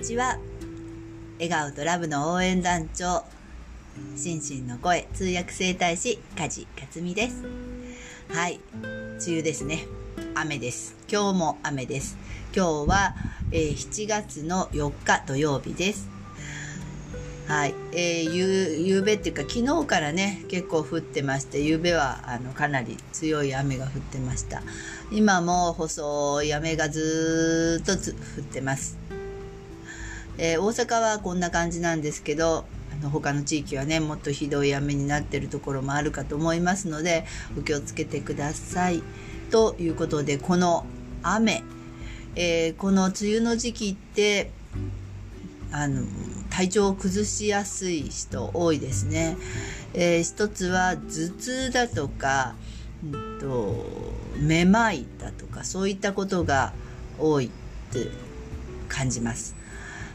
ちは。笑顔とラブの応援団長、心身の声通訳整体師梶克美です。はい、梅雨ですね。雨です。今日も雨です。今日は、7月の4日土曜日です。はい、夕べっていうか昨日からね結構降ってまして、夕べはかなり強い雨が降ってました。今も細い雨がずっと降ってます。大阪はこんな感じなんですけど、他の地域はねもっとひどい雨になっているところもあるかと思いますので、お気をつけてください。ということで、この雨、この梅雨の時期って体調を崩しやすい人多いですね。一つは頭痛だとか、めまいだとか、そういったことが多いって感じます。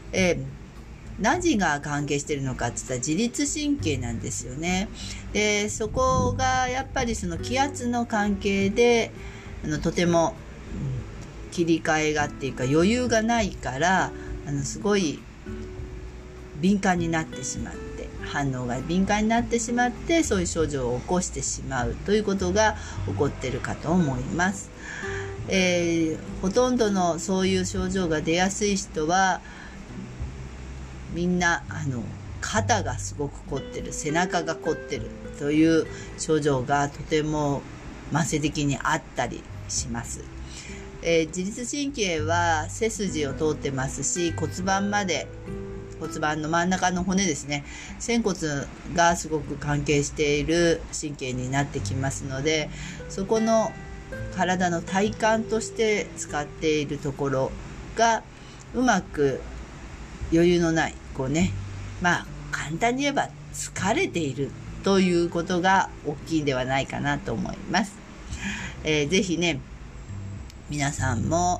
何が関係しているのかって言ったら自律神経なんですよね。でそこがやっぱりその気圧の関係でとても切り替えがっていうか余裕がないから、すごい敏感になってしまって、反応が敏感になってしまって、そういう症状を起こしてしまうということが起こっているかと思います。ほとんどのそういう症状が出やすい人はみんな肩がすごく凝ってる、背中が凝ってるという症状がとても慢性的にあったりします。自律神経は背筋を通ってますし、骨盤の真ん中の骨ですね、仙骨がすごく関係している神経になってきますので、そこの体の体幹として使っているところがうまく余裕のない、簡単に言えば疲れているということが大きいんではないかなと思います。ぜひね、皆さんも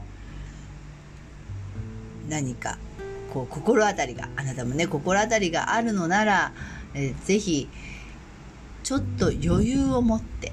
何か心当たりが、あなたもね心当たりがあるのなら、ぜひちょっと余裕を持って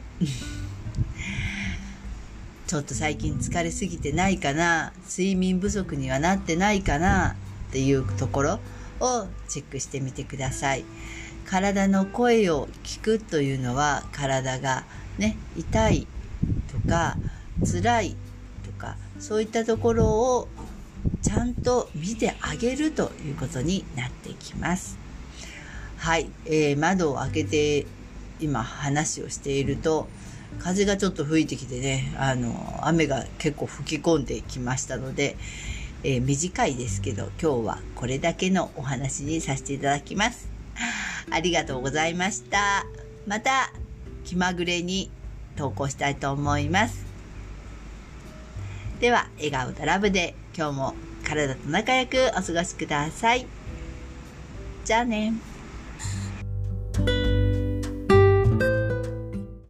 ちょっと最近疲れすぎてないかな、睡眠不足にはなってないかなっていうところをチェックしてみてください。体の声を聞くというのは、体がね痛いとか辛いとか、そういったところをちゃんと見てあげるということになってきます。はい、窓を開けて今話をしていると風がちょっと吹いてきてね、雨が結構吹き込んできましたので、短いですけど今日はこれだけのお話にさせていただきます。ありがとうございました。また気まぐれに投稿したいと思います。では、笑顔とラブで今日も体と仲良くお過ごしください。じゃあね。